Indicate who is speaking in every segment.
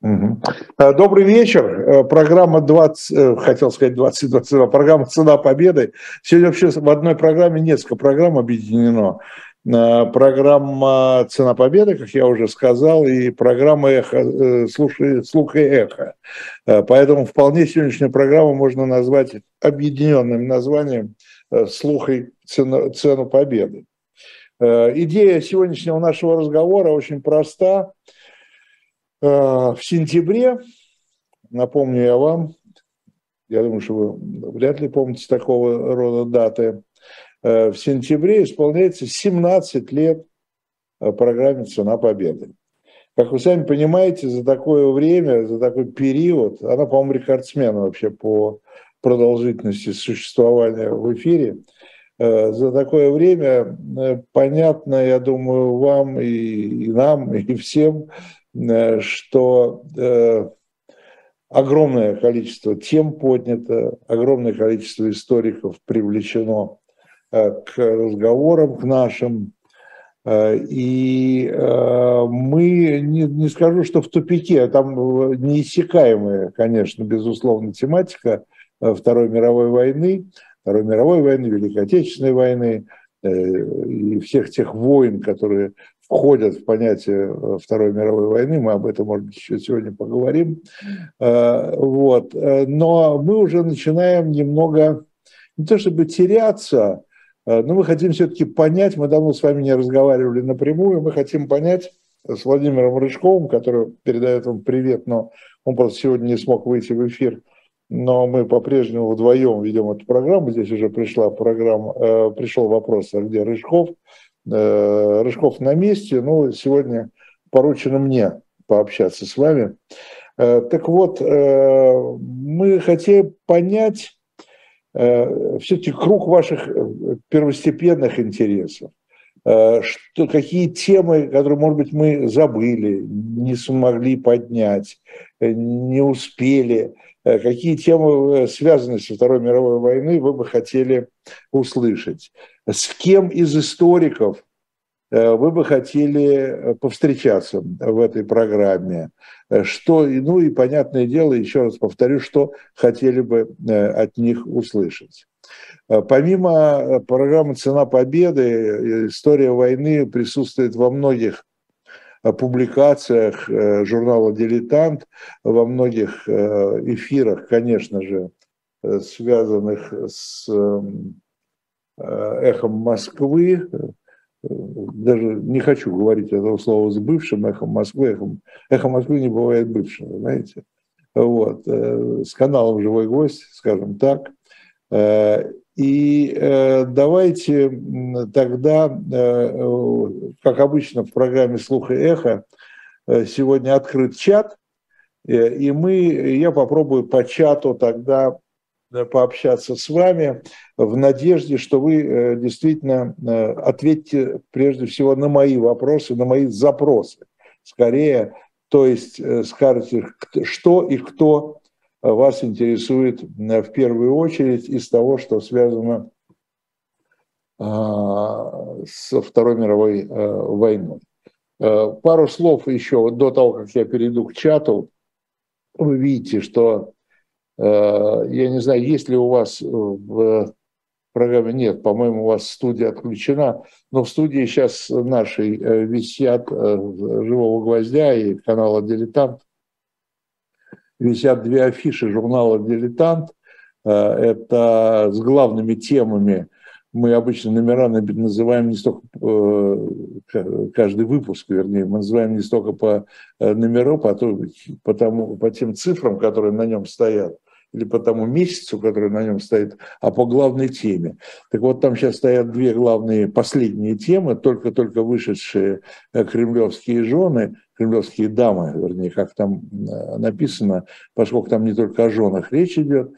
Speaker 1: Мгм. Добрый вечер. Программа 20, хотел сказать 2022, программа «Цена победы». Сегодня вообще в одной программе несколько программ объединено. Программа «Цена победы», как я уже сказал, и программа «Эхо», «Слух и эхо». Поэтому вполне сегодняшнюю программу можно назвать объединенным названием «Слух и цену победы». Идея сегодняшнего нашего разговора очень проста. В сентябре, напомню я вам, я думаю, что вы вряд ли помните такого рода даты, в сентябре исполняется 17 лет программе «Цена победы». Как вы сами понимаете, за такое время, за такой период, она, по-моему, рекордсмен вообще по продолжительности существования в эфире. За такое время понятно, я думаю, вам и нам, и всем, что огромное количество тем поднято, огромное количество историков привлечено к разговорам к нашим. И мы, не скажу, что в тупике, там неиссякаемая, конечно, безусловно, тематика Второй мировой войны, Великой Отечественной войны и всех тех войн, которые входят в понятие Второй мировой войны. Мы об этом, может быть, еще сегодня поговорим. Вот. Но мы уже начинаем немного, не то чтобы теряться, но мы хотим все-таки понять, мы давно с вами не разговаривали напрямую, мы хотим понять с Владимиром Рыжковым, который передает вам привет, но он просто сегодня не смог выйти в эфир, но мы по-прежнему вдвоем ведем эту программу. Здесь уже пришел вопрос, а где Рыжков? Рыжков на месте, но сегодня поручено мне пообщаться с вами. Так вот, мы хотим понять все-таки круг ваших первостепенных интересов. Какие темы, которые, может быть, мы забыли, не смогли поднять, не успели, какие темы, связанные со Второй мировой войной, вы бы хотели услышать? С кем из историков вы бы хотели повстречаться в этой программе? Что, ну и понятное дело, еще раз повторю, что хотели бы от них услышать? Помимо программы «Цена победы», история войны присутствует во многих публикациях журнала «Дилетант», во многих эфирах, конечно же, связанных с «Эхом Москвы». Даже не хочу говорить этого слова с бывшим «Эхом Москвы». Эхо Москвы не бывает бывшего, знаете. Вот. С каналом «Живой гвоздь», скажем так. И давайте тогда, как обычно в программе «Слух и эхо», сегодня открыт чат, и я попробую по чату тогда пообщаться с вами в надежде, что вы действительно ответите прежде всего на мои вопросы, на мои запросы. Скорее, то есть скажете, что и кто вас интересует в первую очередь из того, что связано со Второй мировой войной. Пару слов еще до того, как я перейду к чату. Вы видите, что я не знаю, есть ли у вас в программе, нет, по-моему, у вас студия отключена, но в студии сейчас нашей висят «Живого гвоздя» и канала «Дилетант». Висят две афиши журнала «Дилетант». Это с главными темами. Мы обычно номера называем не столько, каждый выпуск, вернее, мы называем не столько по номеру, по тем цифрам, которые на нем стоят, или по тому месяцу, который на нем стоит, а по главной теме. Так вот, там сейчас стоят две главные последние темы, только-только вышедшие кремлевские жены, кремлевские дамы, вернее, как там написано, поскольку там не только о женах речь идет,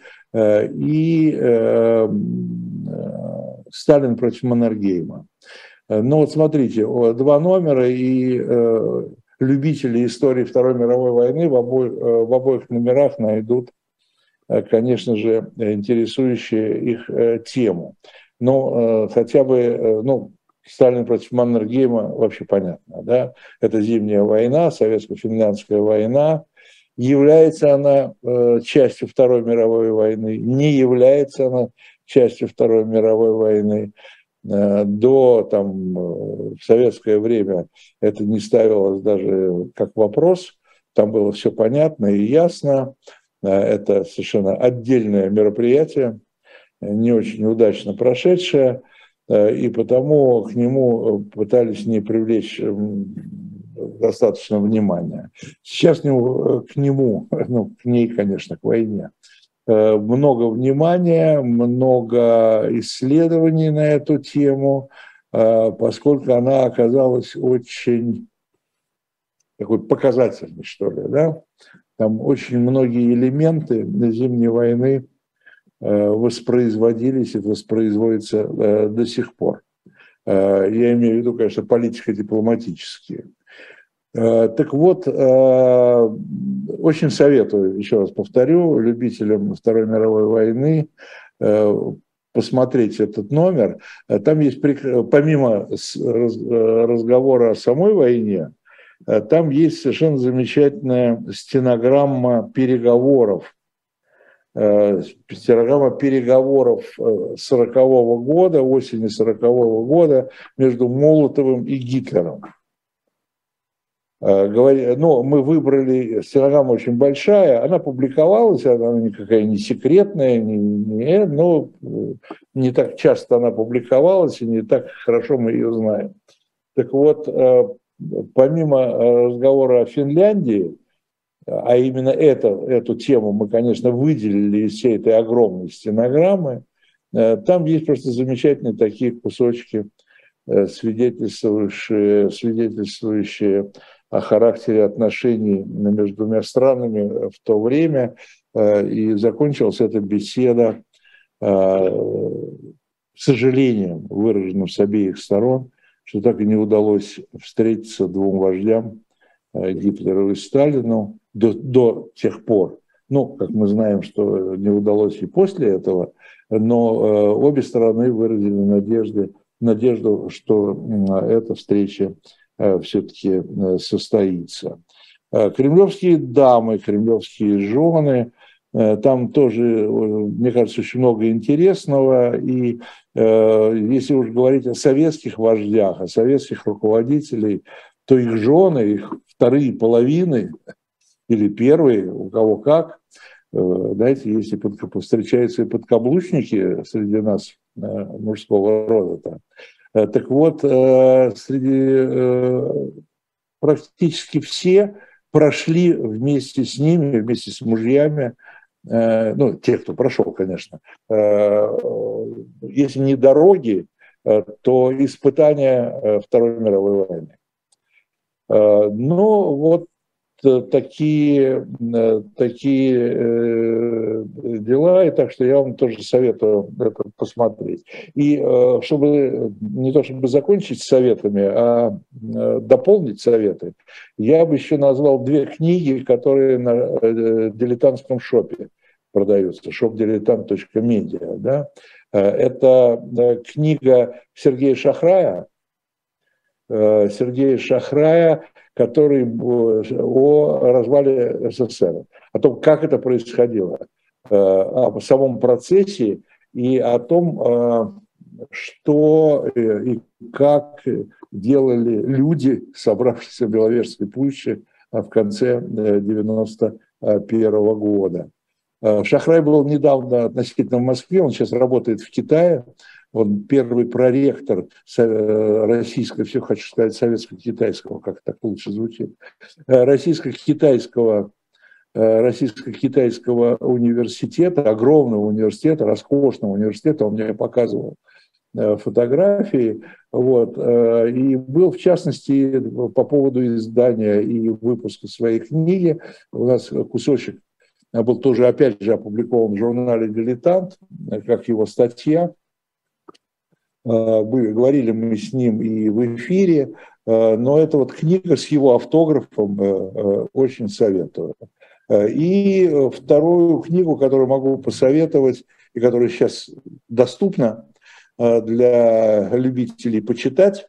Speaker 1: и Сталин против Маннергейма. Ну вот смотрите, два номера, и любители истории Второй мировой войны в обоих номерах найдут, конечно же, интересующие их тему. Но хотя бы, Сталин против Маннергейма вообще понятно, да? Это Зимняя война, Советско-финляндская война, является она частью Второй мировой войны, не является она частью Второй мировой войны. До, в советское время это не ставилось даже как вопрос, там было все понятно и ясно, это совершенно отдельное мероприятие, не очень удачно прошедшее, и потому к нему пытались не привлечь достаточно внимания. Сейчас к нему, к ней, конечно, к войне, много внимания, много исследований на эту тему, поскольку она оказалась очень такой показательной, что ли, да? Там очень многие элементы Зимней войны воспроизводились и воспроизводятся до сих пор. Я имею в виду, конечно, политико-дипломатические. Так вот, очень советую, еще раз повторю, любителям Второй мировой войны посмотреть этот номер. Там есть, помимо разговора о самой войне, там есть совершенно замечательная стенограмма переговоров. Стенограмма переговоров 40-го года, осени 40-го года между Молотовым и Гитлером. Но мы выбрали, стенограмма очень большая, она публиковалась, она никакая не секретная, но не так часто она публиковалась, и не так хорошо мы ее знаем. Так вот, помимо разговора о Финляндии, а именно эту тему мы, конечно, выделили из всей этой огромной стенограммы, там есть просто замечательные такие кусочки, свидетельствующие о характере отношений между двумя странами в то время. И закончилась эта беседа сожалением, выраженным с обеих сторон, что так и не удалось встретиться двум вождям, Гитлеру и Сталину, до тех пор. Ну, как мы знаем, что не удалось и после этого, но обе стороны выразили надежду, что эта встреча все-таки состоится. Кремлевские дамы, кремлевские жены, там тоже, мне кажется, очень много интересного. И если уж говорить о советских вождях, о советских руководителях, то их жены, их вторые половины или первые, у кого как, знаете, если встречаются и подкаблучники среди нас мужского рода, так вот, практически все прошли вместе с ними, вместе с мужьями, ну, те, кто прошел, конечно, если не дороги, то испытания Второй мировой войны. Ну, вот такие дела, и так что я вам тоже советую это посмотреть. И чтобы не то чтобы закончить советами, а дополнить советы, я бы еще назвал две книги, которые на дилетантском шопе продаются, shopdilettant.media. Да? Это книга Сергея Шахрая, который о развале СССР, о том, как это происходило, о самом процессе и о том, что и как делали люди, собравшиеся в Беловежской пуще в конце 1991 года. Шахрай был недавно относительно в Москве, он сейчас работает в Китае. Он первый проректор российского, все хочу сказать, советско-китайского, как так лучше звучит, российско-китайского университета, огромного университета, роскошного университета, он мне показывал фотографии, вот, и был, в частности, по поводу издания и выпуска своей книги, у нас кусочек был тоже, опять же, опубликован в журнале «Дилетант», как его статья. Говорили мы с ним и в эфире, но это вот книга с его автографом, очень советую. И вторую книгу, которую могу посоветовать, и которая сейчас доступна для любителей почитать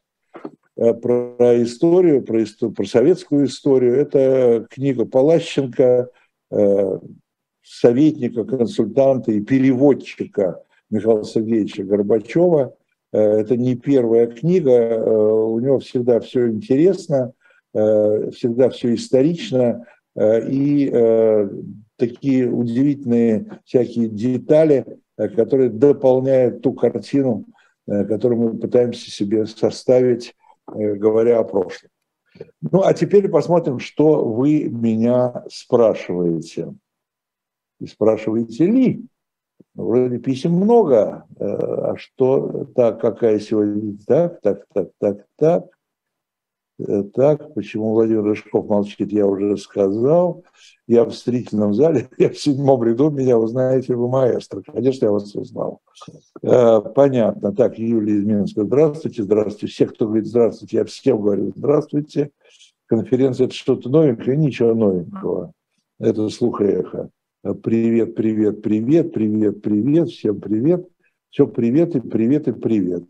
Speaker 1: про историю, про советскую историю, это книга Палащенко советника, консультанта и переводчика Михаила Сергеевича Горбачева. Это не первая книга, у него всегда все интересно, всегда все исторично, и такие удивительные всякие детали, которые дополняют ту картину, которую мы пытаемся себе составить, говоря о прошлом. Ну, а теперь посмотрим, что вы меня спрашиваете. И спрашиваете ли? Вроде писем много. А что? Так, какая сегодня? Так. Так, почему Владимир Рыжков молчит, я уже сказал. Я в зрительном зале, я в 7-м ряду, меня узнаете, вы маэстро. Конечно, я вас узнал. Понятно. Так, Юлия из Минска, здравствуйте, здравствуйте. Все, кто говорит здравствуйте, я всем говорю здравствуйте. Конференция – это что-то новенькое, ничего новенького. Это слух и эхо. Привет, привет, привет, привет, привет, всем привет. Все привет и привет и привет.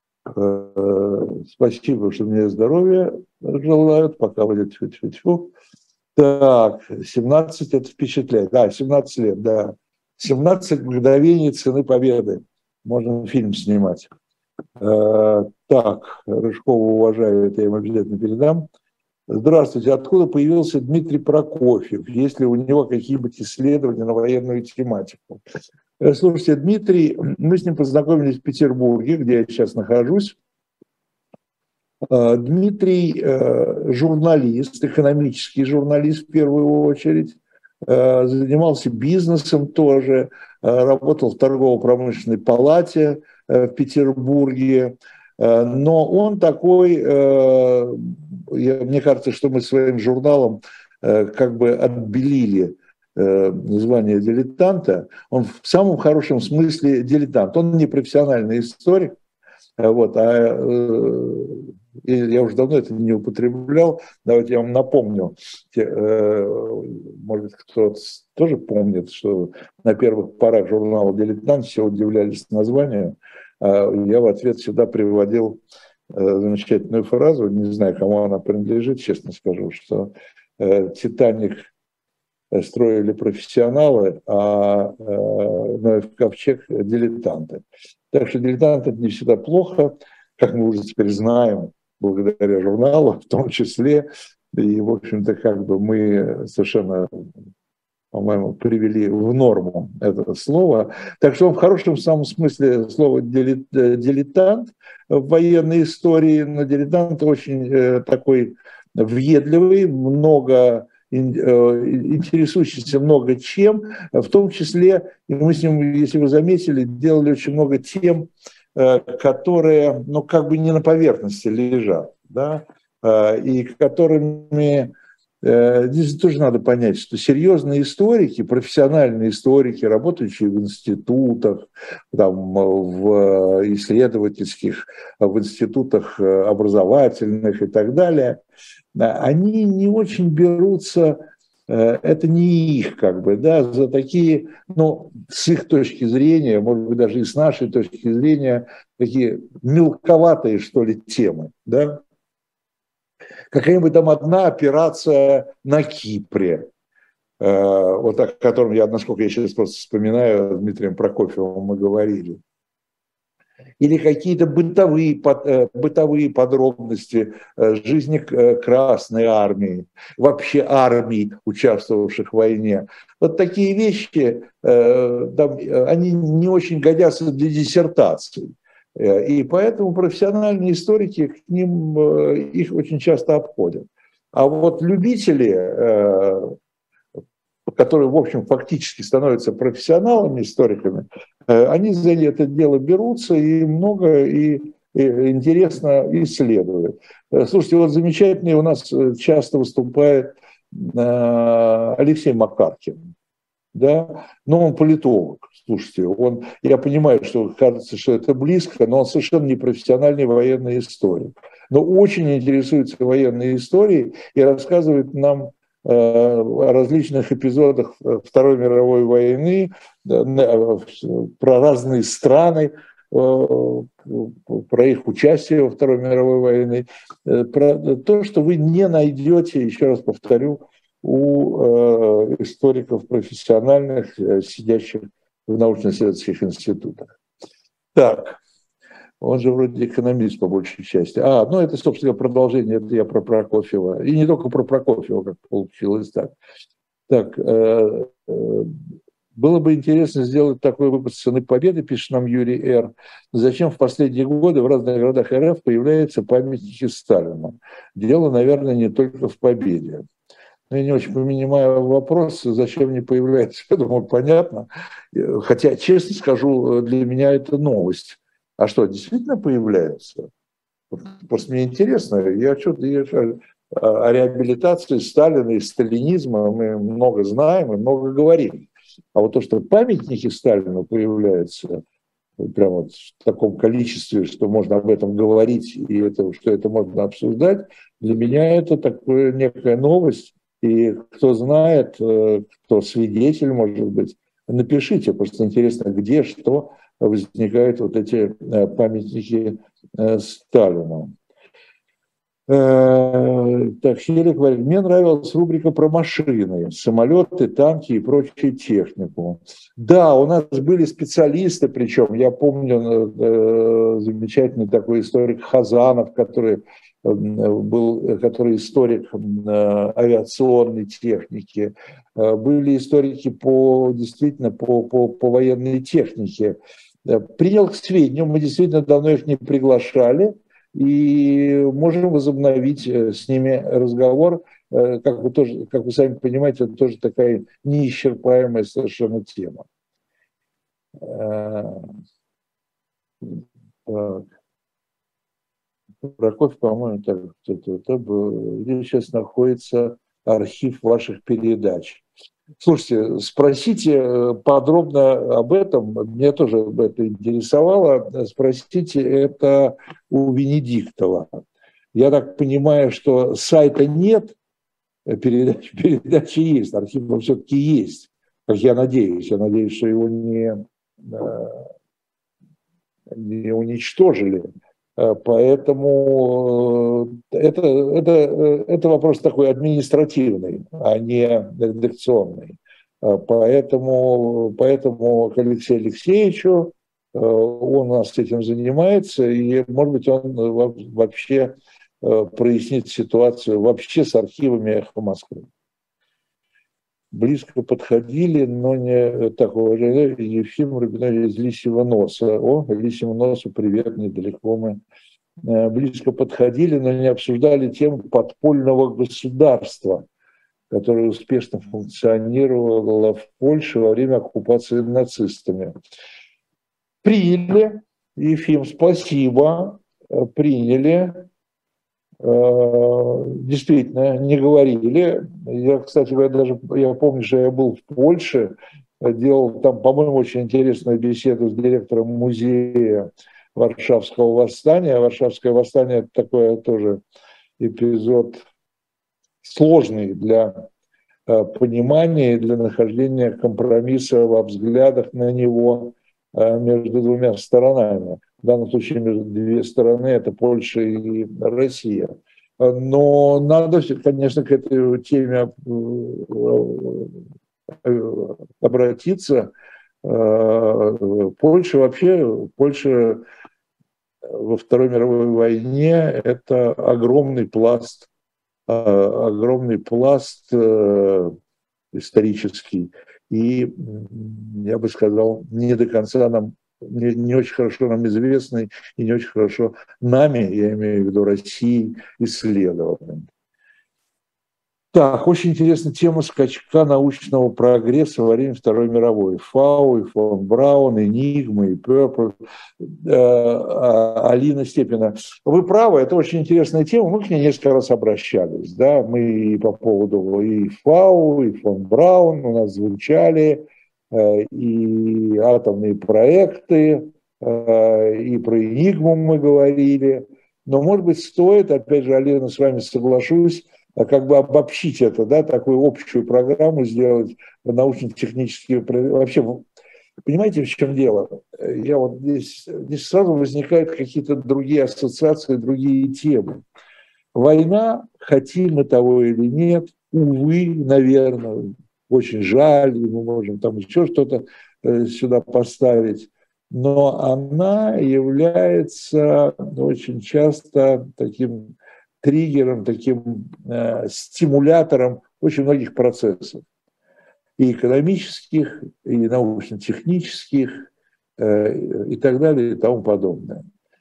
Speaker 1: Спасибо, что мне здоровья желают, пока будет тьфу-тьфу-тьфу. Так, 17 это впечатляет. Да, 17 лет, да. 17 мгновений цены победы. Можно фильм снимать. Так, Рыжкова уважаю, это я им обязательно передам. Здравствуйте, откуда появился Дмитрий Прокофьев? Есть ли у него какие-нибудь исследования на военную тематику? Слушайте, Дмитрий, мы с ним познакомились в Петербурге, где я сейчас нахожусь. Дмитрий журналист, экономический журналист в первую очередь, занимался бизнесом тоже, работал в торгово-промышленной палате в Петербурге. Но он такой, мне кажется, что мы своим журналом как бы отбелили звание дилетанта. Он в самом хорошем смысле дилетант. Он не профессиональный историк, вот, я уже давно это не употреблял. Давайте я вам напомню. Может быть, кто-то тоже помнит, что на первых порах журнала «Дилетант» все удивлялись названию. Я в ответ сюда приводил замечательную фразу, не знаю, кому она принадлежит, честно скажу, что «Титаник» строили профессионалы, а Ноев ковчег – дилетанты. Так что дилетант – это не всегда плохо, как мы уже теперь знаем, благодаря журналу в том числе. И, в общем-то, как бы мы совершенно, по-моему, привели в норму это слово. Так что он в хорошем самом смысле слова дилетант в военной истории, но дилетант очень такой въедливый, много интересующийся много чем, в том числе, и мы с ним, если вы заметили, делали очень много тем, которые, ну, как бы не на поверхности лежат, да, и которыми здесь тоже надо понять, что серьезные историки, профессиональные историки, работающие в институтах, там, в исследовательских, в институтах образовательных и так далее, они не очень берутся, это не их, как бы, да, за такие, ну, с их точки зрения, может быть, даже и с нашей точки зрения, такие мелковатые, что ли, темы, да. Какая-нибудь там одна операция на Кипре, вот о котором я, насколько я сейчас просто вспоминаю, с Дмитрием Прокофьевым мы говорили. Или какие-то бытовые подробности жизни Красной Армии, вообще армий, участвовавших в войне. Вот такие вещи, они не очень годятся для диссертаций. И поэтому профессиональные историки к ним их очень часто обходят. А вот любители, которые, в общем, фактически становятся профессионалами, историками, они за это дело берутся и много и интересно исследуют. Слушайте, вот замечательный у нас часто выступает Алексей Макаркин. Да? Но он политолог, слушайте, я понимаю, что кажется, что это близко, но он совершенно не профессиональный военный историк. Но очень интересуется военной историей и рассказывает нам о различных эпизодах Второй мировой войны, про разные страны, про их участие во Второй мировой войне, про то, что вы не найдете, еще раз повторю, у историков профессиональных, сидящих в научно-исследовательских институтах. Так, он же вроде экономист по большей части. Ну это, собственно, продолжение, это я про Прокофьева. И не только про Прокофьева, как получилось так. Так, было бы интересно сделать такой выпуск «Цены победы», пишет нам Юрий Р. Зачем в последние годы в разных городах РФ появляются памятники Сталину? Дело, наверное, не только в победе. Я не очень понимаю вопрос, зачем не появляется, я думаю, понятно. Хотя, честно скажу, для меня это новость. А что, действительно появляется? Просто мне интересно, о реабилитации Сталина и сталинизма мы много знаем и много говорим. А вот то, что памятники Сталину появляются прямо вот в таком количестве, что можно об этом говорить и что это можно обсуждать, для меня это такая некая новость. И кто знает, кто свидетель, может быть, напишите, просто интересно, где, что возникают вот эти памятники Сталину. Так, Хелик говорит, мне нравилась рубрика про машины, самолеты, танки и прочую технику. Да, у нас были специалисты, причем я помню замечательный такой историк Хазанов, который историк авиационной техники. Были историки действительно по военной технике. Принял к сведению, мы действительно давно их не приглашали, и можем возобновить с ними разговор. Как вы сами понимаете, это тоже такая неисчерпаемая совершенно тема. Прокофьев, по-моему, здесь сейчас находится архив ваших передач. Слушайте, спросите подробно об этом, меня тоже это интересовало, спросите это у Венедиктова. Я так понимаю, что сайта нет, передачи есть, архив все-таки есть, как я надеюсь, что его не уничтожили. Поэтому это вопрос такой административный, а не редакционный. Поэтому к Алексею Алексеевичу он у нас этим занимается, и, может быть, он вообще прояснит ситуацию вообще с архивами «Эхо Москвы». Близко подходили, но не так уважали Ефим Рубинович из Лисьего носа. Лисьему носу привет, недалеко мы. Близко подходили, но не обсуждали тему подпольного государства, которое успешно функционировало в Польше во время оккупации нацистами. Приняли, Ефим, спасибо, приняли. Действительно, не говорили. Я помню, что я был в Польше, делал там, по-моему, очень интересную беседу с директором музея Варшавского восстания. Варшавское восстание – это такой тоже эпизод сложный для понимания и для нахождения компромисса во взглядах на него между двумя сторонами. В данном случае между две стороны – это Польша и Россия. Но надо, конечно, к этой теме обратиться. Польша во Второй мировой войне – это огромный пласт исторический. И, я бы сказал, не до конца не очень хорошо нам известный и не очень хорошо нами, я имею в виду Россией, исследованный. Так, очень интересная тема скачка научного прогресса во время Второй мировой. Фау, и фон Браун, и Нигма, и Пёрпл, Алина Степина. Вы правы, это очень интересная тема. Мы к ней несколько раз обращались. Да? Мы и по поводу и Фау, и фон Браун у нас звучали, и атомные проекты, и про Энигму мы говорили. Но, может быть, стоит, опять же, Алина, с вами соглашусь, как бы обобщить это, да, такую общую программу сделать научно-технические. Вообще, понимаете, в чем дело? Здесь сразу возникают какие-то другие ассоциации, другие темы. Война, хотим мы того или нет, увы, наверное, очень жаль, и мы можем там еще что-то сюда поставить, но она является очень часто таким триггером, таким стимулятором очень многих процессов, и экономических, и научно-технических, и так далее, и тому подобное.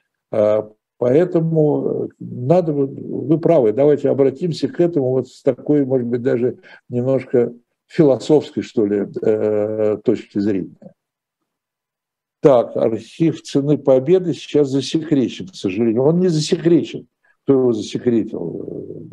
Speaker 1: Поэтому надо, вы правы, давайте обратимся к этому вот с такой, может быть, даже немножко философской, что ли, точки зрения. Так, архив «Цены Победы» сейчас засекречен, к сожалению. Он не засекречен. Кто его засекретил?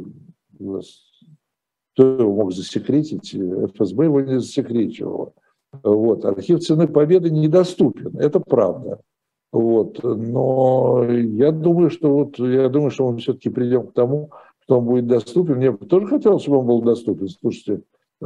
Speaker 1: Кто его мог засекретить? ФСБ его не засекречивало. Вот. Архив «Цены Победы» недоступен, это правда. Вот. Но я думаю, что мы все-таки придем к тому, что он будет доступен. Мне тоже хотелось, чтобы он был доступен. Слушайте,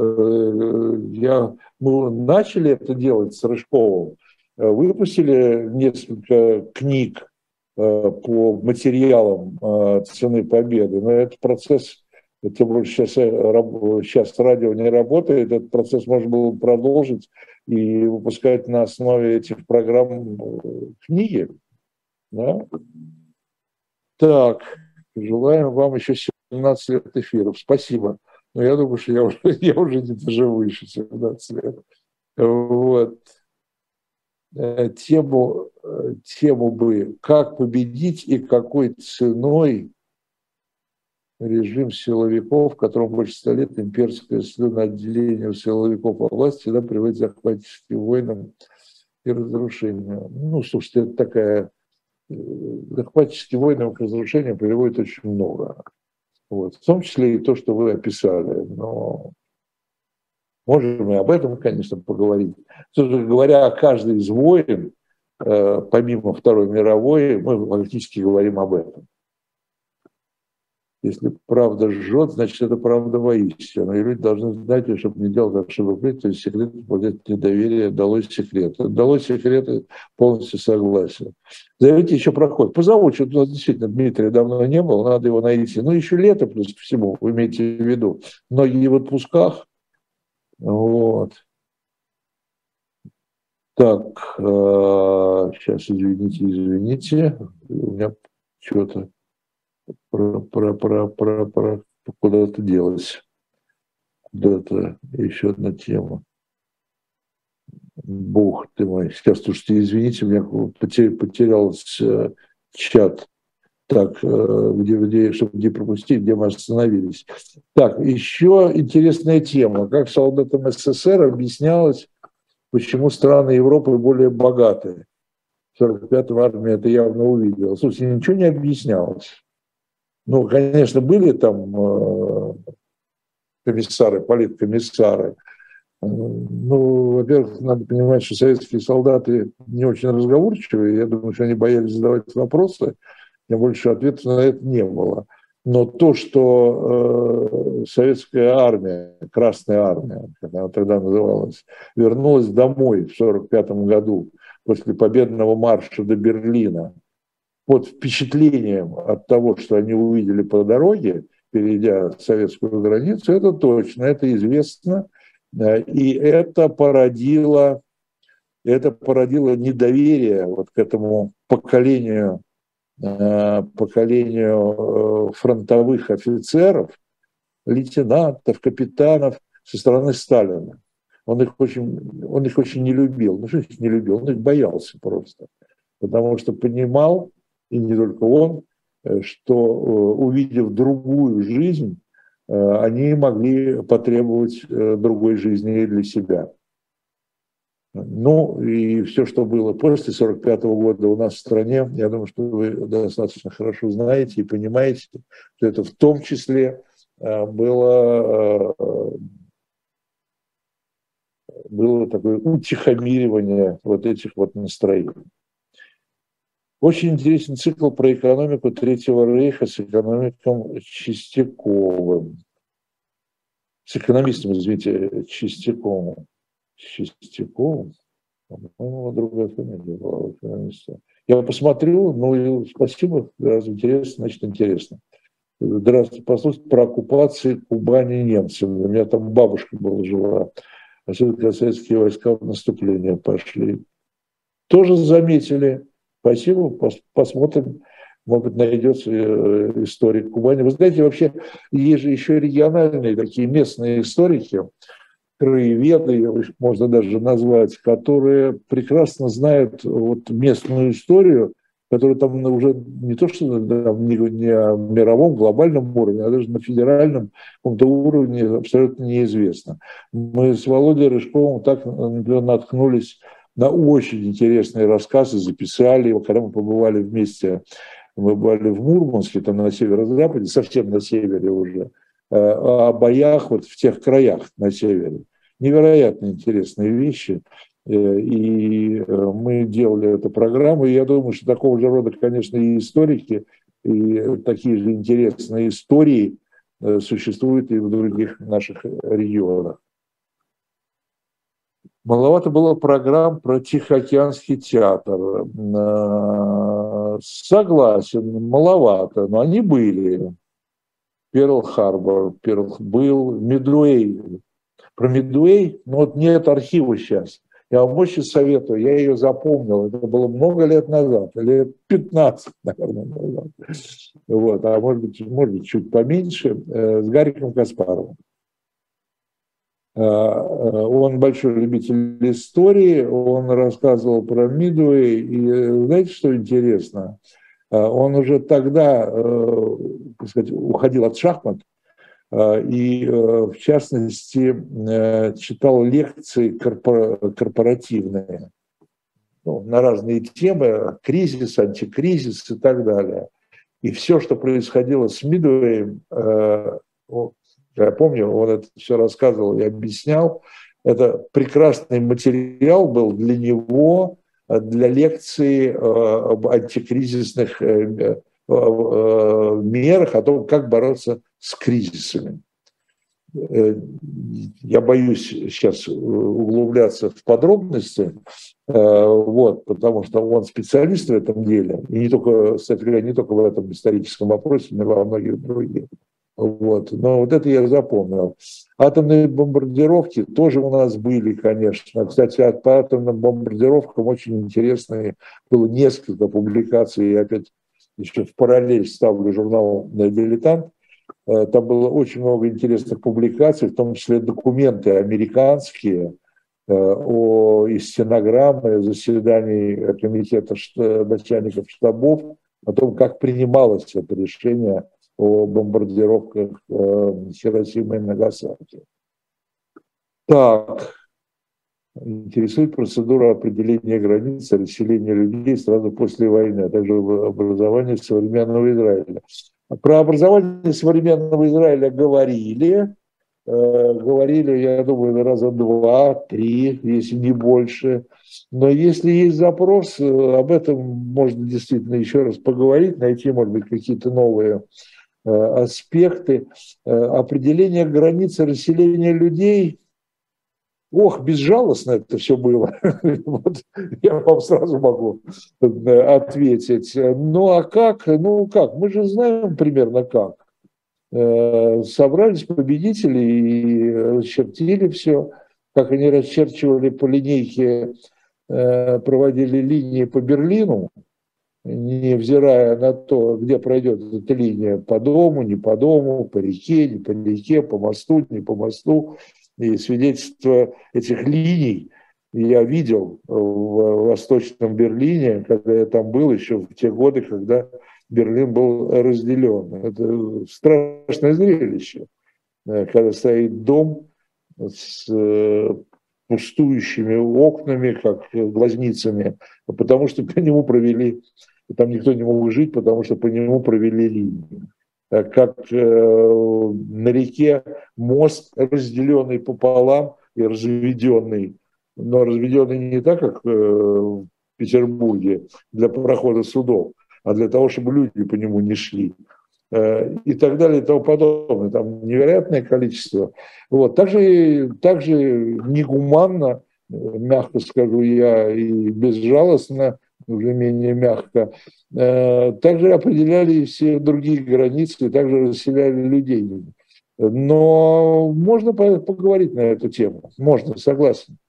Speaker 1: мы начали это делать с Рыжковым, выпустили несколько книг по материалам «Цены Победы», но этот процесс, тем более сейчас радио не работает, этот процесс можно было продолжить и выпускать на основе этих программ книги. Да? Так, желаем вам еще 17 лет эфиров. Спасибо. Но я думаю, что я уже не доживу еще 17 лет. Вот. Тему бы «Как победить и какой ценой режим силовиков, в котором больше 100 лет имперское слюноотделение у силовиков во власти всегда приводит к захватческим войнам и разрушению». Ну, слушайте, это такая... Захватческие войны к разрушению приводит очень много. Вот. В том числе и то, что вы описали. Но можем и об этом, конечно, поговорить. Говоря о каждой из войн, помимо Второй мировой, мы фактически говорим об этом. Если правда жжет, значит, это правда воистину. И люди должны знать, чтобы не делать ошибок, то есть секрет подать недоверие, далось секреты. Далось секреты, полностью согласен. Зовите еще проход. Позову, что у нас действительно Дмитрия давно не было, надо его найти. Ну, еще лето плюс ко всему, вы имеете в виду. Многие в отпусках. Вот. Так, сейчас, извините. У меня что-то куда-то делось. Куда-то еще одна тема. Бог ты мой. Сейчас, слушайте, извините, у меня потерялся чат. Так, где пропустить, где мы остановились. Так, еще интересная тема. Как солдатам СССР объяснялось, почему страны Европы более богатые. В 45-м армия это явно увидела. Слушайте, ничего не объяснялось. Ну, конечно, были там комиссары, политкомиссары. Ну, во-первых, надо понимать, что советские солдаты не очень разговорчивые. Я думаю, что они боялись задавать вопросы, тем больше ответов на это не было. Но то, что советская армия, Красная армия, как она тогда называлась, вернулась домой в 1945 году после победного марша до Берлина под впечатлением от того, что они увидели по дороге, перейдя советскую границу, это точно, это известно. И это породило недоверие вот к этому поколению фронтовых офицеров, лейтенантов, капитанов со стороны Сталина. Он их очень не любил. Ну, что их не любил? Он их боялся просто. Потому что понимал, и не только он, что, увидев другую жизнь, они могли потребовать другой жизни для себя. Ну, и все, что было после 1945 года у нас в стране, я думаю, что вы достаточно хорошо знаете и понимаете, что это в том числе было такое утихомиривание вот этих вот настроений. Очень интересный цикл про экономику Третьего Рейха с экономиком Чистяковым. С экономистом, извините, Чистяковым. Чистяковым? По-моему, другая фамилия была у экономиста. Я посмотрю, ну и спасибо, раз интересно, значит интересно. здравствуйте, послушать про оккупацию Кубани немцами. У меня там бабушка была жила, особенно когда советские войска в наступление пошли. Тоже заметили. Спасибо, посмотрим. Может быть, найдется историк Кубани. Вы знаете, вообще есть же еще региональные такие местные историки, краеведы, их можно даже назвать, которые прекрасно знают вот местную историю, которая там уже не то, что там, не о мировом, глобальном уровне, а даже на федеральном каком-то уровне абсолютно неизвестно. Мы с Володей Рыжковым так, например, наткнулись на очень интересные рассказы, записали его, когда мы побывали вместе. Мы были в Мурманске, там на северо-западе, совсем на севере уже, о боях вот в тех краях на севере. Невероятно интересные вещи. И мы делали эту программу. И я думаю, что такого же рода, конечно, и историки, и такие же интересные истории существуют и в других наших регионах. Маловато было программ про Тихоокеанский театр. Согласен, маловато, но они были. Перл-Харбор, был, Мидуэй. Про Мидуэй, ну вот нет архива сейчас. Я вам очень советую, я ее запомнил. Это было много лет назад, лет 15, наверное, назад. Вот, а может быть, чуть поменьше, с Гариком Каспаровым. Он большой любитель истории, он рассказывал про Мидуэй, и знаете, что интересно? Он уже тогда, так сказать, уходил от шахмат, и, в частности, читал лекции корпоративные, ну, на разные темы, кризис, антикризис и так далее. И все, что происходило с Мидуэем, я помню, он это все рассказывал и объяснял. Это прекрасный материал был для него, для лекции об антикризисных мерах, о том, как бороться с кризисами. Я боюсь сейчас углубляться в подробности, вот, потому что он специалист в этом деле, и не только, кстати говоря, не только в этом историческом вопросе, но и во многих других. Вот. Но вот это я запомнил. Атомные бомбардировки тоже у нас были, конечно. Кстати, по атомным бомбардировкам очень интересные было несколько публикаций. Я опять еще в параллель ставлю журнал «Дилетант». Там было очень много интересных публикаций, в том числе документы американские и стенограммы заседаний комитета начальников штабов о том, как принималось это решение о бомбардировках Хиросимы и Нагасаки. Так, интересует процедура определения границ, расселения людей сразу после войны, а также образование современного Израиля. Про образование современного Израиля говорили, я думаю, раза 2-3, если не больше. Но если есть запрос, об этом можно действительно еще раз поговорить, найти, может быть, какие-то новые аспекты. Определение границы расселения людей, безжалостно это все было. Вот, я вам сразу могу ответить. Ну а как? Ну как? Мы же знаем примерно как. Собрались победители и расчертили все, как они расчерчивали по линейке, проводили линии по Берлину, невзирая на то, где пройдет эта линия, по дому, не по дому, по реке, не по реке, по мосту, не по мосту. И свидетельство этих линий я видел в Восточном Берлине, когда я там был еще в те годы, когда Берлин был разделен. Это страшное зрелище, когда стоит дом с пустующими окнами, как глазницами, потому что по нему провели, там никто не мог жить, потому что по нему провели линию. Как на реке мост, разделенный пополам и разведенный, но разведенный не так, как в Петербурге для прохода судов, а для того, чтобы люди по нему не шли. И так далее, и тому подобное. Там невероятное количество. Вот. Также негуманно, мягко скажу я, и безжалостно уже менее мягко, также определяли и все другие границы, также расселяли людей. Но можно поговорить на эту тему, можно, согласен.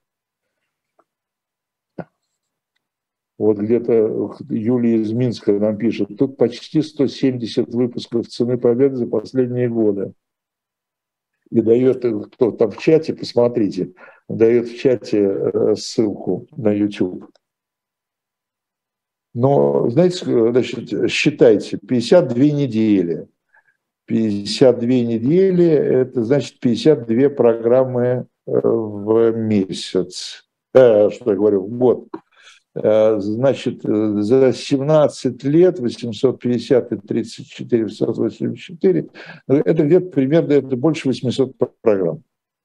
Speaker 1: Вот где-то Юлия из Минска нам пишет, тут почти 170 выпусков «Цены победы» за последние годы. И дает, кто там в чате, посмотрите, дает в чате ссылку на YouTube. Но, знаете, значит, считайте, 52 недели. 52 недели – это значит 52 программы в месяц. Что я говорю, в год. Значит, за 17 лет 850 и 34, 884, это где-то примерно, это больше 800 программ.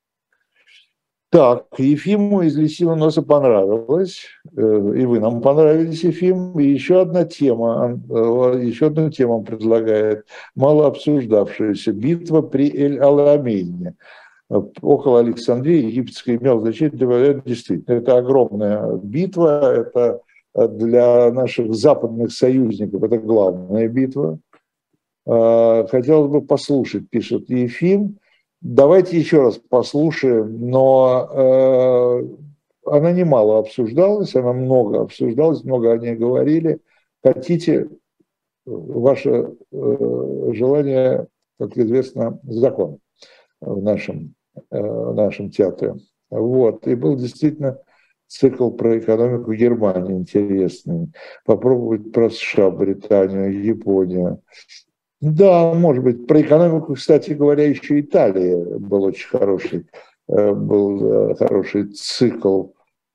Speaker 1: Так, Ефиму из Лисиного носа понравилось, и вы нам понравились, Ефим. И еще одна тема, еще одну тему он предлагает, мало обсуждавшуюся, битва при Эль-Аламейне. Около Александрии египетская имела значение, действительно, это огромная битва, это для наших западных союзников, это главная битва. Хотелось бы послушать, пишет Ефим. Давайте еще раз послушаем, но она немало обсуждалась, она много обсуждалась, много о ней говорили. Хотите, ваше желание, как известно, закон в нашем театре. Вот. И был действительно цикл про экономику Германии интересный. Попробовать про США, Британию, Японию. Да, может быть. Про экономику, кстати говоря, еще Италия был очень хороший. Был хороший цикл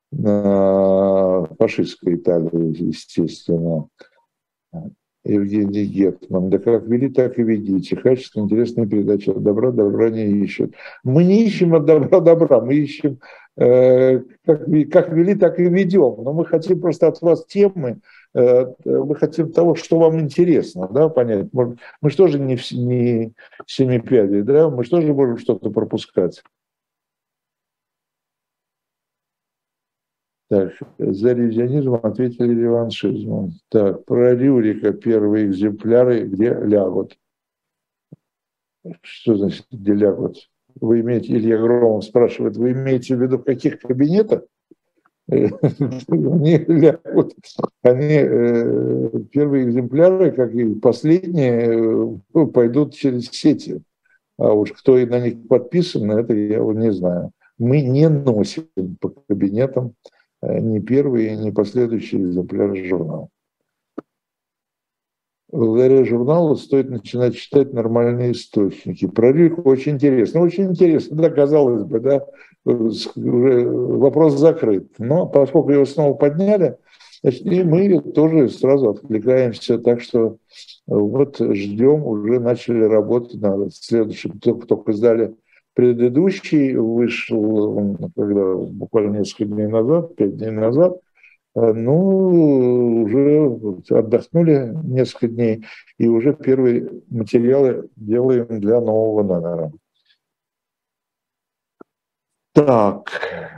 Speaker 1: фашистской Италии, естественно. Евгений Гетман. Да как вели, так и ведите. Качественная, интересная передача. Добра не ищут. Мы не ищем от добра, мы ищем, как вели, так и ведем. Но мы хотим просто от вас темы, мы хотим того, что вам интересно, да, понять. Мы что же не семипядей, да, мы что же можем что-то пропускать. Так, за ревизионизм ответили реваншизмом. Так, про Рюрика первые экземпляры, где лягут. Что значит, где лягут? Вы имеете, Илья Громов спрашивает, вы имеете в виду в каких кабинетах? Они лягут, первые экземпляры, как и последние, пойдут через сети. А уж кто и на них подписан, это я не знаю. Мы не носим по кабинетам ни первые, ни последующие экземпляры журнала. Благодаря журналу стоит начинать читать нормальные источники. Про Рюрику очень интересно. Очень интересно, да, казалось бы, да, уже вопрос закрыт. Но поскольку его снова подняли, значит, и мы тоже сразу откликаемся. Так что вот ждем, уже начали работать над следующим. Только сдали предыдущий, вышел когда, буквально несколько дней назад, 5 дней назад. Ну, уже отдохнули несколько дней, и уже первые материалы делаем для нового номера. Так,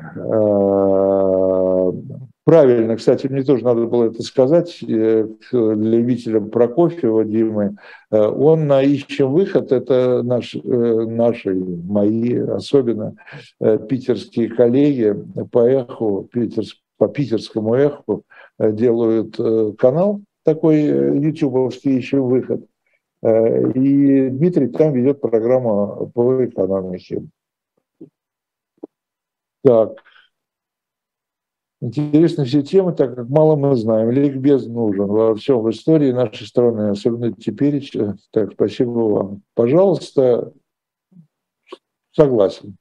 Speaker 1: правильно, кстати, мне тоже надо было это сказать, любителям Прокофьева Димы, он на «Ищем выход», это наши, мои, особенно питерские коллеги по эху, по питерскому эху делают канал такой ютубовский «Ищем выход», и Дмитрий там ведет программу по экономике. Так, интересны все темы, так как мало мы знаем. Ликбез нужен во всем в истории нашей страны, особенно теперь. Так, спасибо вам. Пожалуйста, согласен.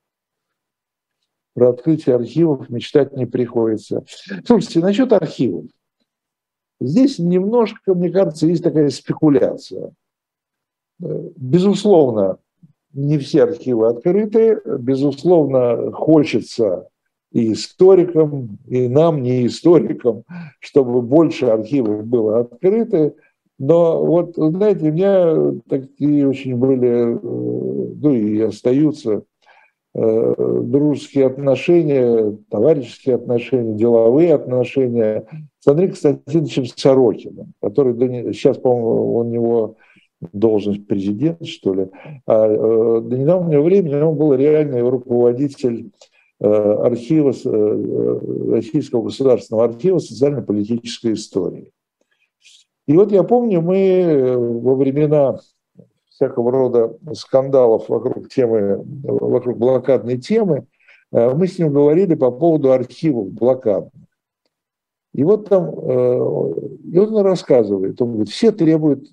Speaker 1: Про открытие архивов мечтать не приходится. Слушайте, насчет архивов. Здесь немножко, мне кажется, есть такая спекуляция. Безусловно, не все архивы открыты. Безусловно, хочется и историкам, и нам, не историкам, чтобы больше архивов было открыто. Но вот, знаете, у меня такие очень были, ну и остаются дружеские отношения, товарищеские отношения, деловые отношения с Андреем Константиновичем Сорокиным, который сейчас, по-моему, у него должность президента, что ли. А до недавнего времени он был реальный руководитель архива, Российского государственного архива социально-политической истории. И вот я помню, мы во времена всякого рода скандалов вокруг блокадной темы, мы с ним говорили по поводу архивов блокадных. И вот там, и он рассказывает, он говорит, все требуют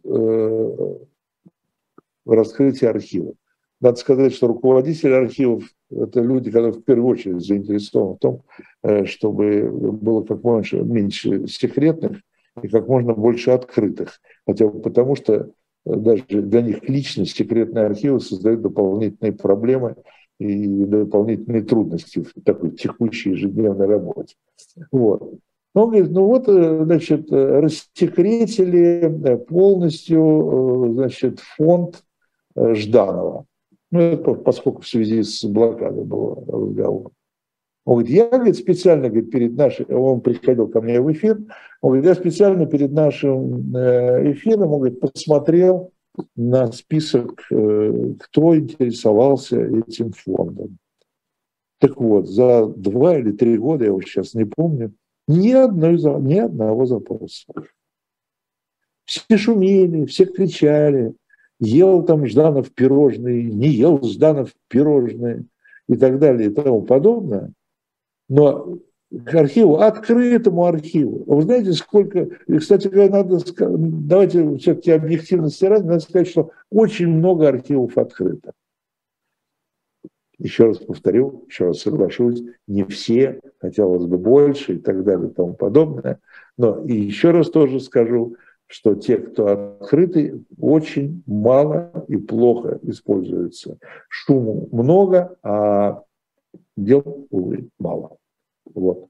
Speaker 1: раскрытия архивов. Надо сказать, что руководители архивов – это люди, которые в первую очередь заинтересованы в том, чтобы было как можно меньше секретных и как можно больше открытых. Хотя бы потому, что даже для них лично секретные архивы создают дополнительные проблемы и дополнительные трудности в такой текущей ежедневной работе. Вот. Он говорит, ну вот, значит, рассекретили полностью, значит, фонд Жданова. Ну, это поскольку в связи с блокадой был разговор. Он говорит, я, говорит, специально, говорит, перед нашим, он приходил ко мне в эфир, он говорит, я специально перед нашим эфиром, он говорит, посмотрел на список, кто интересовался этим фондом. Так вот, за 2 или 3 года, я его сейчас не помню, ни одного запроса. Все шумели, все кричали, ел там Жданов пирожные, не ел Жданов пирожные и так далее и тому подобное. Но к архиву, открытому архиву, вы знаете, сколько... И, кстати говоря, давайте все-таки объективности ради, надо сказать, что очень много архивов открыто. Еще раз повторю, еще раз соглашусь, не все, хотелось бы больше и так далее и тому подобное. Но и еще раз тоже скажу, что те, кто открыты, очень мало и плохо используются. Шуму много, а дел, увы, мало. Вот.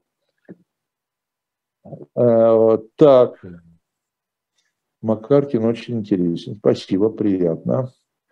Speaker 1: Так, Макаркин очень интересен. Спасибо, приятно.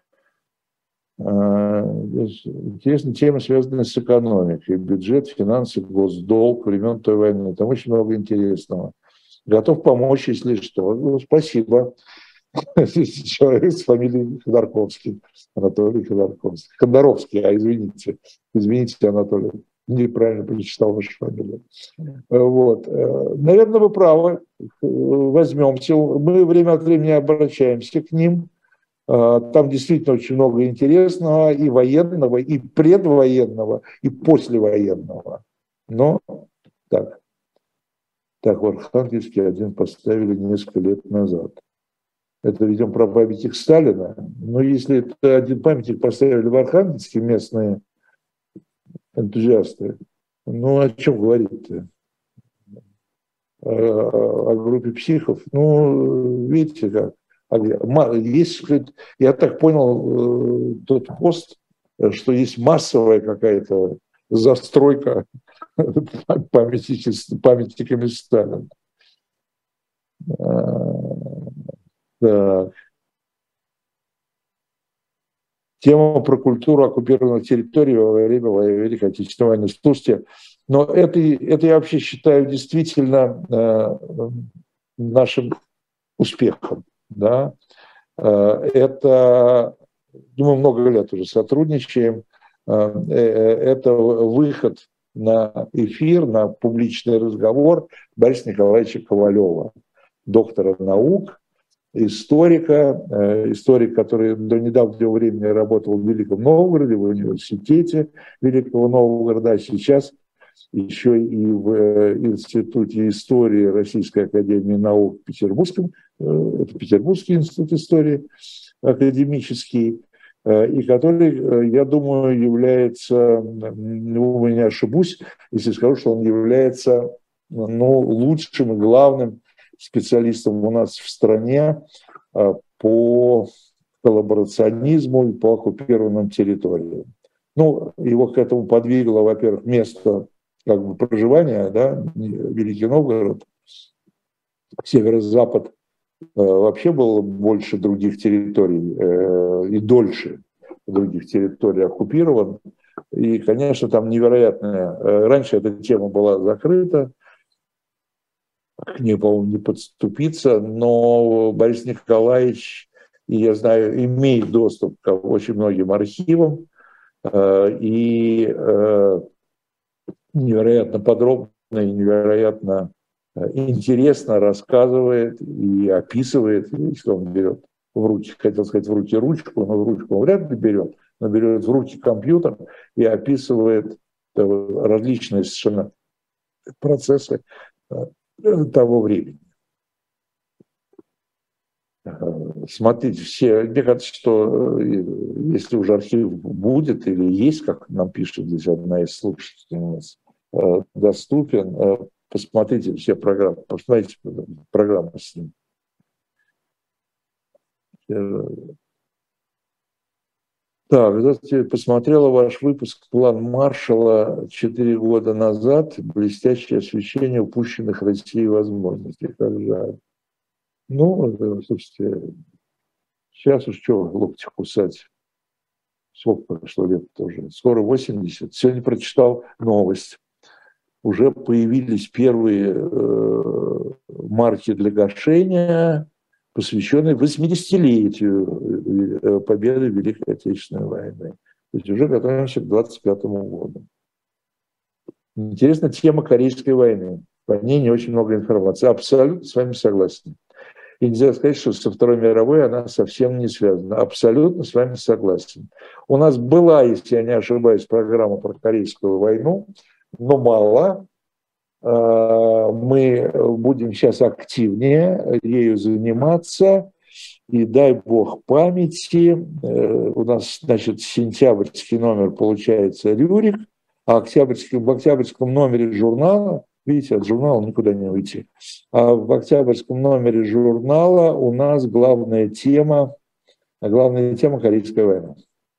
Speaker 1: Интересная тема, связанная с экономикой. Бюджет, финансы, госдолг, времен той войны. Там очень много интересного. Готов помочь, если что. Ну, спасибо. Человек с фамилией Ходорковский. Анатолий Ходорковский. Ходоровский, извините. Извините, Анатолий. Неправильно прочитал вашу фамилию. Вот. Наверное, вы правы. Возьмемся. Мы время от времени обращаемся к ним. Там действительно очень много интересного и военного, и предвоенного, и послевоенного. Но так в Архангельске один поставили несколько лет назад. Это, видимо, про памятник Сталина. Но если это один памятник поставили в Архангельске местные энтузиасты, ну о чем говорить-то? О группе психов? Ну, видите как. Есть, я так понял, тот пост, что есть массовая какая-то застройка памятниками Сталина. Так. Тема про культуру оккупированных территорий во время Великой Отечественной войны. Слушайте, но это я вообще считаю действительно нашим успехом. Да? Это, мы много лет уже сотрудничаем, это выход на эфир, на публичный разговор Бориса Николаевича Ковалева, доктора наук, историка, который до недавнего времени работал в Великом Новгороде, в университете Великого Новгорода, а сейчас еще и в Институте истории Российской академии наук в Петербургском, это Петербургский институт истории академический, и который, я думаю, является, ну, не ошибусь, если скажу, что он является лучшим и главным специалистом у нас в стране по коллаборационизму и по оккупированным территориям. Ну, его к этому подвигло, во-первых, место как бы проживания, да, Великий Новгород, северо-запад вообще было больше других территорий и дольше других территорий оккупирован. И, конечно, там невероятная... Раньше эта тема была закрыта, к ней, по-моему, не подступиться, но Борис Николаевич, и я знаю, имеет доступ к очень многим архивам и невероятно подробно и невероятно интересно рассказывает и описывает, если он берет в руки, хотел сказать в руки ручку, но в ручку он вряд ли берет, но берет в руки компьютер и описывает различные совершенно процессы того времени. Смотрите, все, мне кажется, что если уже архив будет или есть, как нам пишет здесь одна из слушательниц, доступен, посмотрите все программы, посмотрите программы с ним. Так, здравствуйте, посмотрела ваш выпуск «План Маршалла» 4 года назад, блестящее освещение упущенных Россией возможностей. Как жаль. Ну, слушайте, сейчас уж что локти кусать. Сколько прошло лет тоже? Скоро 80. Сегодня прочитал новость. Уже появились первые марки для гашения, посвященные 80-летию победы в Великой Отечественной войны. То есть уже готовимся к 25-му году. Интересна тема Корейской войны. По ней не очень много информации. Абсолютно с вами согласен. И нельзя сказать, что со Второй мировой она совсем не связана. Абсолютно с вами согласен. У нас была, если я не ошибаюсь, программа про Корейскую войну, но мало. Мы будем сейчас активнее ею заниматься. И дай бог памяти, у нас, значит, сентябрьский номер получается «Рюрик», а в октябрьском номере журнала, видите, от журнала никуда не уйти, а в октябрьском номере журнала у нас главная тема Корейская война.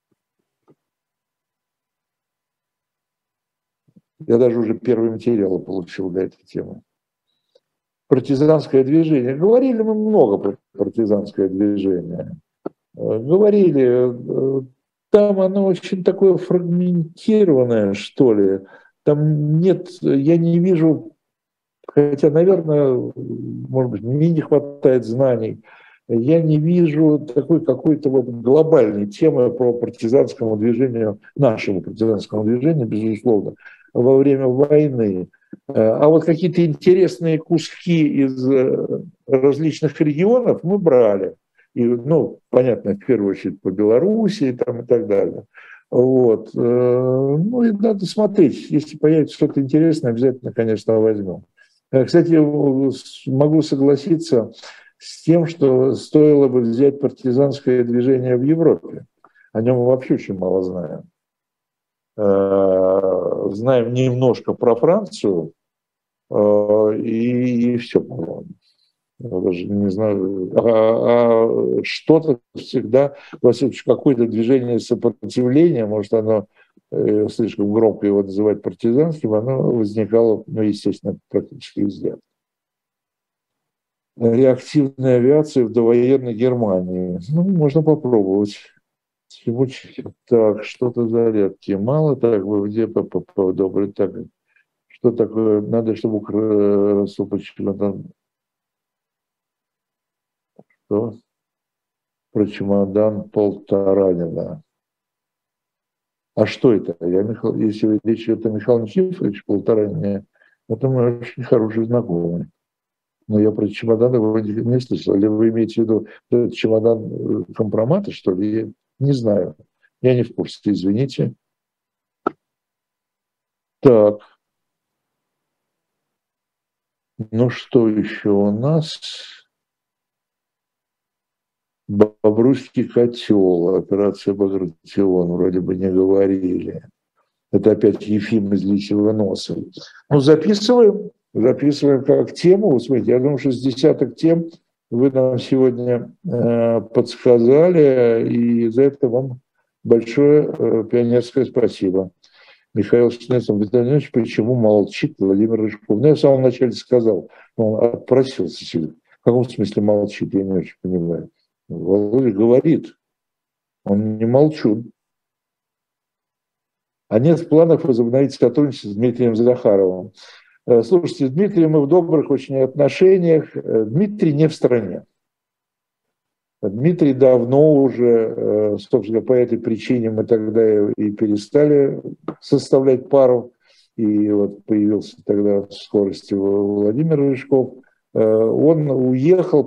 Speaker 1: Я даже уже первые материалы получил для этой темы. Партизанское движение. Говорили мы много про партизанское движение. Говорили, там оно очень такое фрагментированное, что ли. Там нет, я не вижу, хотя, наверное, может быть, мне не хватает знаний, я не вижу такой какой-то вот глобальной темы по партизанскому движению, нашему партизанскому движению, безусловно, во время войны. А вот какие-то интересные куски из различных регионов мы брали. И, ну, понятно, в первую очередь по Белоруссии там, и так далее. Вот. Ну, и надо смотреть. Если появится что-то интересное, обязательно, конечно, возьмем. Кстати, могу согласиться с тем, что стоило бы взять партизанское движение в Европе. О нем мы вообще очень мало знаем. Знаем немножко про Францию, и все, по-моему. Я даже не знаю. Что-то всегда, во всяком случае, какое-то движение сопротивления, может, оно слишком громко его называть партизанским, оно возникало, ну, естественно, практически везде. Реактивная авиация в довоенной Германии. Ну, можно попробовать. Так, что-то зарядки. Мало так, вы где добрый так. Что такое? Надо, чтобы почему-то... Что? Про чемодан Полторанина. А что это? Если речь идет о Михаиле Никифоровиче Полторанине, это мой очень хороший знакомый. Но я про чемодан его не слышал. Или вы имеете в виду этот чемодан компромата, что ли? Я не знаю. Я не в курсе, извините. Так. Ну, что еще у нас? Бобруйский котел, операция Багратион, вроде бы не говорили. Это опять Ефим из Лисьего носа. Ну, записываем как тему. Вот смотрите, я думаю, что с десяток тем вы нам сегодня подсказали, и за это вам большое пионерское спасибо. Михаил Шнецов, Виталий Ильич, почему молчит Владимир Рыжков? Ну, я в самом начале сказал, он отпросился сюда. В каком смысле молчит, я не очень понимаю. Володя говорит, он не молчун. А нет в планах возобновить сотрудничество с Дмитрием Захаровым. Слушайте, с Дмитрием мы в добрых очень отношениях. Дмитрий не в стране. Дмитрий давно уже, собственно, по этой причине мы тогда и перестали составлять пару. И вот появился тогда в скорости Владимир Рыжков. Он уехал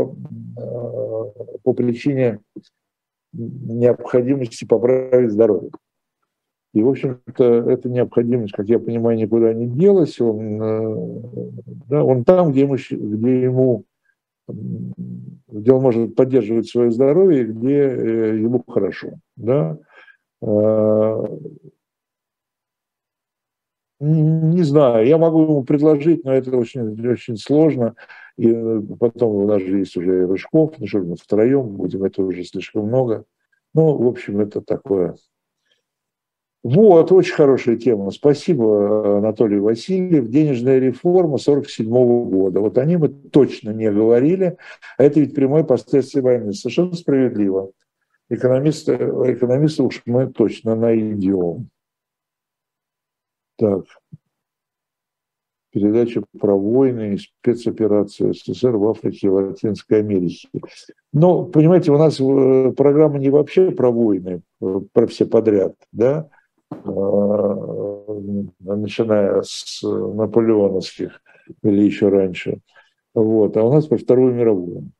Speaker 1: по причине необходимости поправить здоровье. И, в общем-то, эта необходимость, как я понимаю, никуда не делась. Он там, где он может поддерживать свое здоровье, где ему хорошо. Да? Не знаю, я могу ему предложить, но это очень, очень сложно. И потом у нас же есть уже Рыжков, ну что мы втроем будем, это уже слишком много. Ну, в общем, это такое. Вот, очень хорошая тема. Спасибо, Анатолий Васильев. Денежная реформа 1947 года. Вот о ней мы точно не говорили. А это ведь прямое последствие войны. Совершенно справедливо. Экономиста уж мы точно найдем. Так. Передача про войны и спецоперации СССР в Африке и Латинской Америке. Но, понимаете, у нас программа не вообще про войны, про все подряд, да, начиная с наполеоновских или еще раньше. Вот. А у нас про Вторую мировую.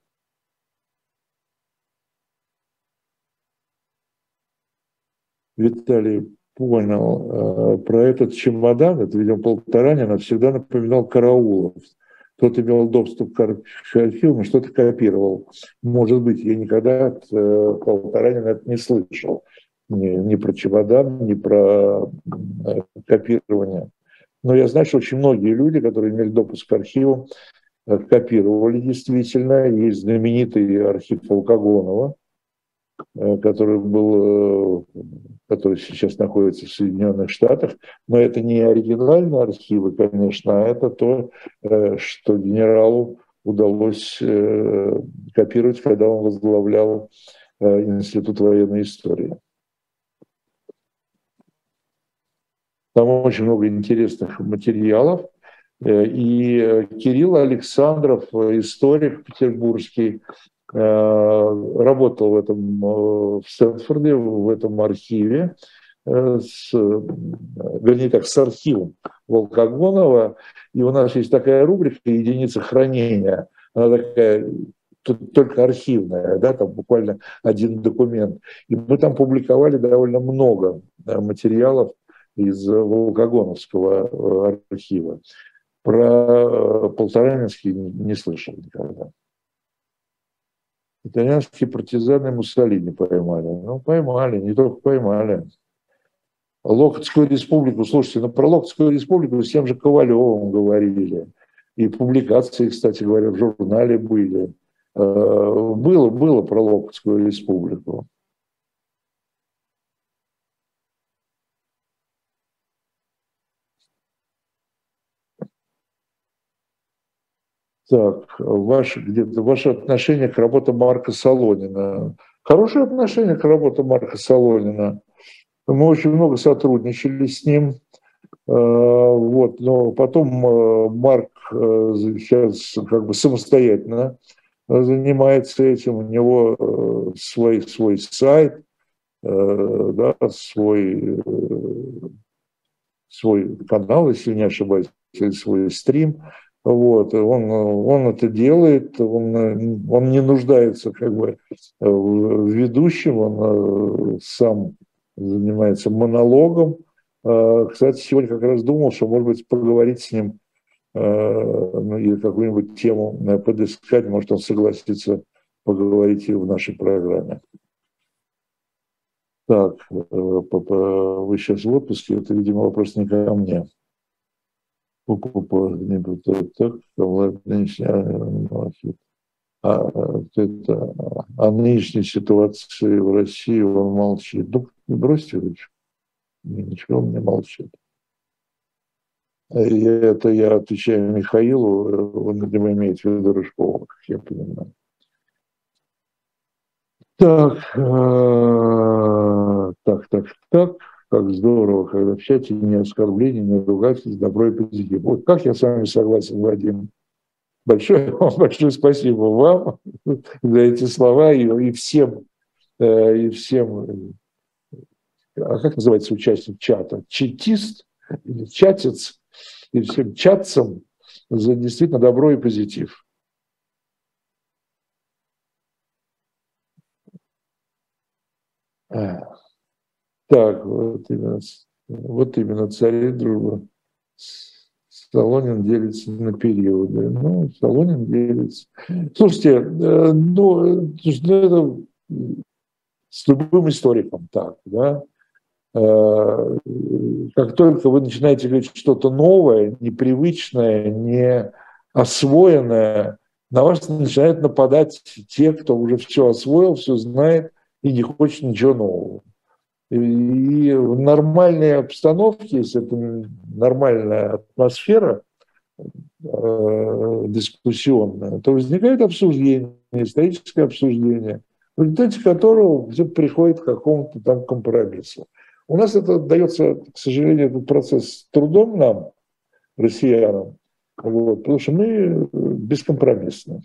Speaker 1: Виталий понял. Про этот чемодан, это, видимо, Полторанина, всегда напоминал Караулов. Кто-то имел доступ к архивам, что-то копировал. Может быть, я никогда от Полторанина это не слышал. Ни про чемодан, ни про копирование. Но я знаю, что очень многие люди, которые имели допуск к архивам, копировали действительно. Есть знаменитый архив Волкогонова, который сейчас находится в Соединенных Штатах. Но это не оригинальные архивы, конечно, а это то, что генералу удалось копировать, когда он возглавлял Институт военной истории. Там очень много интересных материалов. И Кирилл Александров, историк петербургский, работал в Стэнфорде, в этом архиве, с архивом Волкогонова. И у нас есть такая рубрика «Единица хранения». Она такая только архивная, да, там буквально один документ. И мы там публиковали довольно много материалов из Волкогоновского архива. Про Полторанинский не слышал никогда. Итальянские партизаны Муссолини поймали. Ну, поймали, не только поймали. Локотскую республику, слушайте, про Локотскую республику с тем же Ковалевым говорили. И публикации, кстати говоря, в журнале были. Было про Локотскую республику. Так, ваше отношение к работе Марка Солонина. Хорошее отношение к работе Марка Солонина. Мы очень много сотрудничали с ним. Вот, но потом Марк сейчас как бы самостоятельно занимается этим. У него свой сайт, да, свой канал, если не ошибаюсь, свой стрим. Вот, он это делает, он не нуждается как бы в ведущем, он сам занимается монологом. Кстати, сегодня как раз думал, что, может быть, поговорить с ним, или какую-нибудь тему подыскать, может, он согласится поговорить и в нашей программе. Так, вы сейчас в отпуске, это, видимо, вопрос не ко мне. О нынешней ситуации в России он молчит. Ну, бросьте ручку. Ничего, он не молчит. И это я отвечаю Михаилу, он, видимо, имеет в виду Рыжкова, как я понимаю. Так. как здорово, когда в чате не оскорбление, не ругательство, добро и позитив. Вот как я с вами согласен, Вадим. Большое спасибо вам за эти слова и всем, а как называется участник чата? Чатист или чатец, и всем чатцам за действительно добро и позитив. Так, вот именно царит дружба. Солонин делится на периоды. Ну, Солонин делится. Слушайте, это с любым историком так, да. Как только вы начинаете говорить что-то новое, непривычное, не освоенное, на вас начинают нападать те, кто уже все освоил, все знает и не хочет ничего нового. И в нормальной обстановке, если это нормальная атмосфера дискуссионная, то возникает обсуждение, историческое обсуждение, в результате которого все приходит к какому-то там компромиссу. У нас это дается, к сожалению, этот процесс с трудом нам, россиянам, вот, потому что мы бескомпромиссны.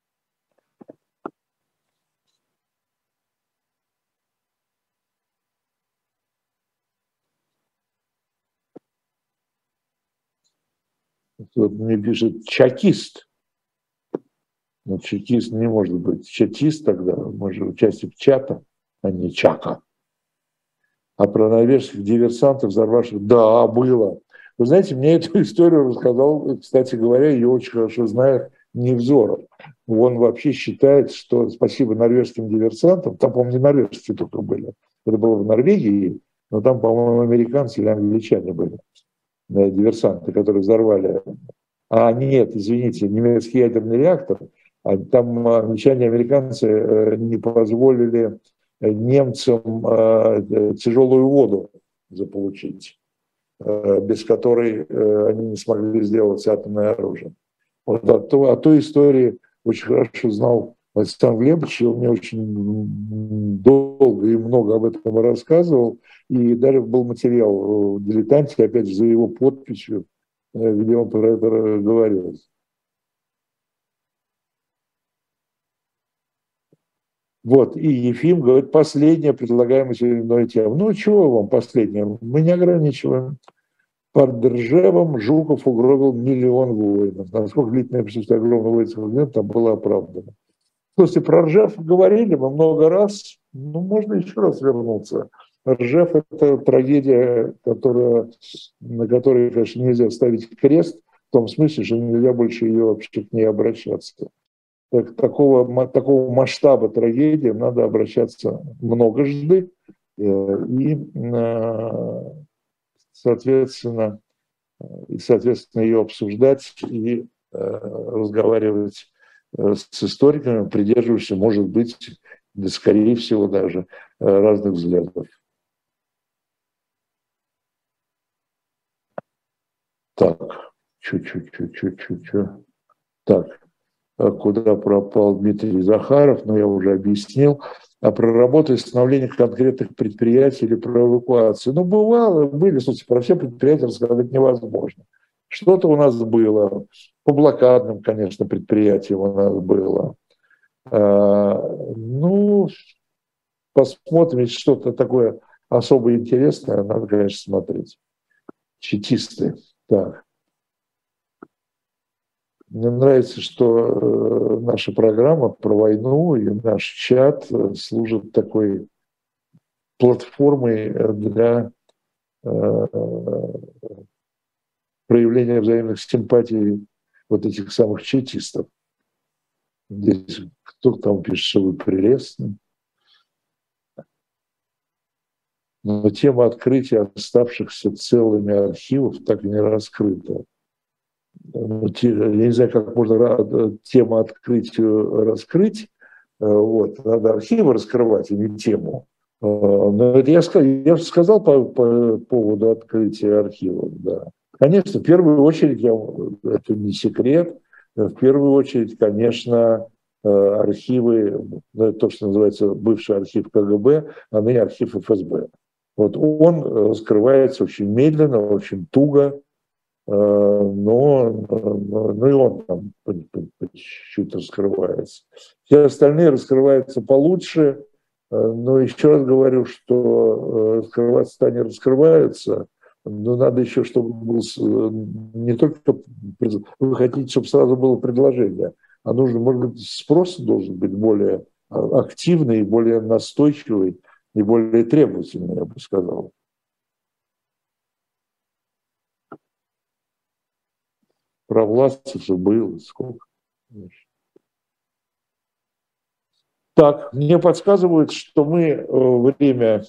Speaker 1: Вот мне пишет чекист. Но чекист не может быть чатист тогда, может участник чата, а не чака. А про норвежских диверсантов, взорвавших, да, было. Вы знаете, мне эту историю рассказал, кстати говоря, ее очень хорошо знает Невзоров. Он вообще считает, что спасибо норвежским диверсантам, там, по-моему, не норвежские только были, это было в Норвегии, но там, по-моему, американцы или англичане были, да, диверсанты, которые взорвали. А нет, извините, немецкий ядерный реактор, а там англичане и американцы не позволили немцам тяжелую воду заполучить, без которой они не смогли сделать атомное оружие. Вот о той истории очень хорошо знал Александр Глебович, он мне очень долго и много об этом рассказывал, и даже был материал в «Дилетанте», опять же, за его подписью, где он про это говорил. Вот, и Ефим говорит, последняя предлагаемая очередная тема. Ну, чего вам последняя? Мы не ограничиваем. Под Ржевом Жуков угробил 1 000 000 воинов. Насколько длительное присутствие огромного воинского элемента там было оправдано. Слушайте, про Ржев говорили мы много раз. Ну, можно еще раз вернуться. Ржев – это трагедия, на которой, конечно, нельзя ставить крест, в том смысле, что нельзя больше ее вообще к ней обращаться. Такого масштаба трагедии надо обращаться многожды и, соответственно, ее обсуждать и разговаривать с историками, придерживающимися, может быть, да, скорее всего, даже разных взглядов. Так, Так, куда пропал Дмитрий Захаров, но я уже объяснил. А про работу и становление конкретных предприятий или про эвакуацию. Ну, были, слушайте, про все предприятия рассказать невозможно. Что-то у нас было. По блокадным, конечно, предприятиям у нас было. Ну, посмотрим, если что-то такое особо интересное, надо, конечно, смотреть. Чекисты. Так. Мне нравится, что наша программа про войну и наш чат служат такой платформой для проявления взаимных симпатий вот этих самых чатистов. Здесь кто там пишет, что вы прелестны. Но тема открытия оставшихся целыми архивов так и не раскрыта. Я не знаю, как можно тему открытию раскрыть. Вот. Надо архивы раскрывать, а не тему. Но это я сказал по поводу открытия архивов. Да. Конечно, в первую очередь, это не секрет, в первую очередь, конечно, архивы, то, что называется бывший архив КГБ, а ныне архив ФСБ. Вот он раскрывается очень медленно, очень туго, но и он там по чуть-чуть раскрывается. Все остальные раскрываются получше, но еще раз говорю, что раскрываться-то они раскрываются, но надо еще, чтобы был не только вы хотите, чтобы сразу было предложение, а нужно, может быть, спрос должен быть более активный, более настойчивый и более требовательный, я бы сказал. Про властцев было сколько. Так, мне подсказывают, что мы время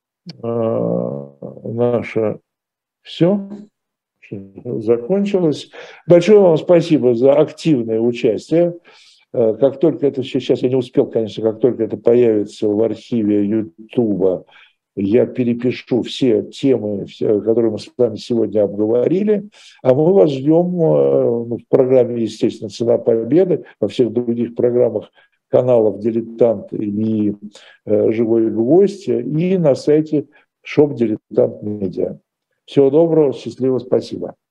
Speaker 1: наше все закончилось. Большое вам спасибо за активное участие. Как только это сейчас, я не успел, конечно, как только это появится в архиве Ютуба, я перепишу все темы, которые мы с вами сегодня обговорили, а мы вас ждем в программе, естественно, «Цена победы», во всех других программах каналов «Дилетант» и «Живой гвоздь» и на сайте Shop Дилетант Медиа. Всего доброго, счастливо, спасибо.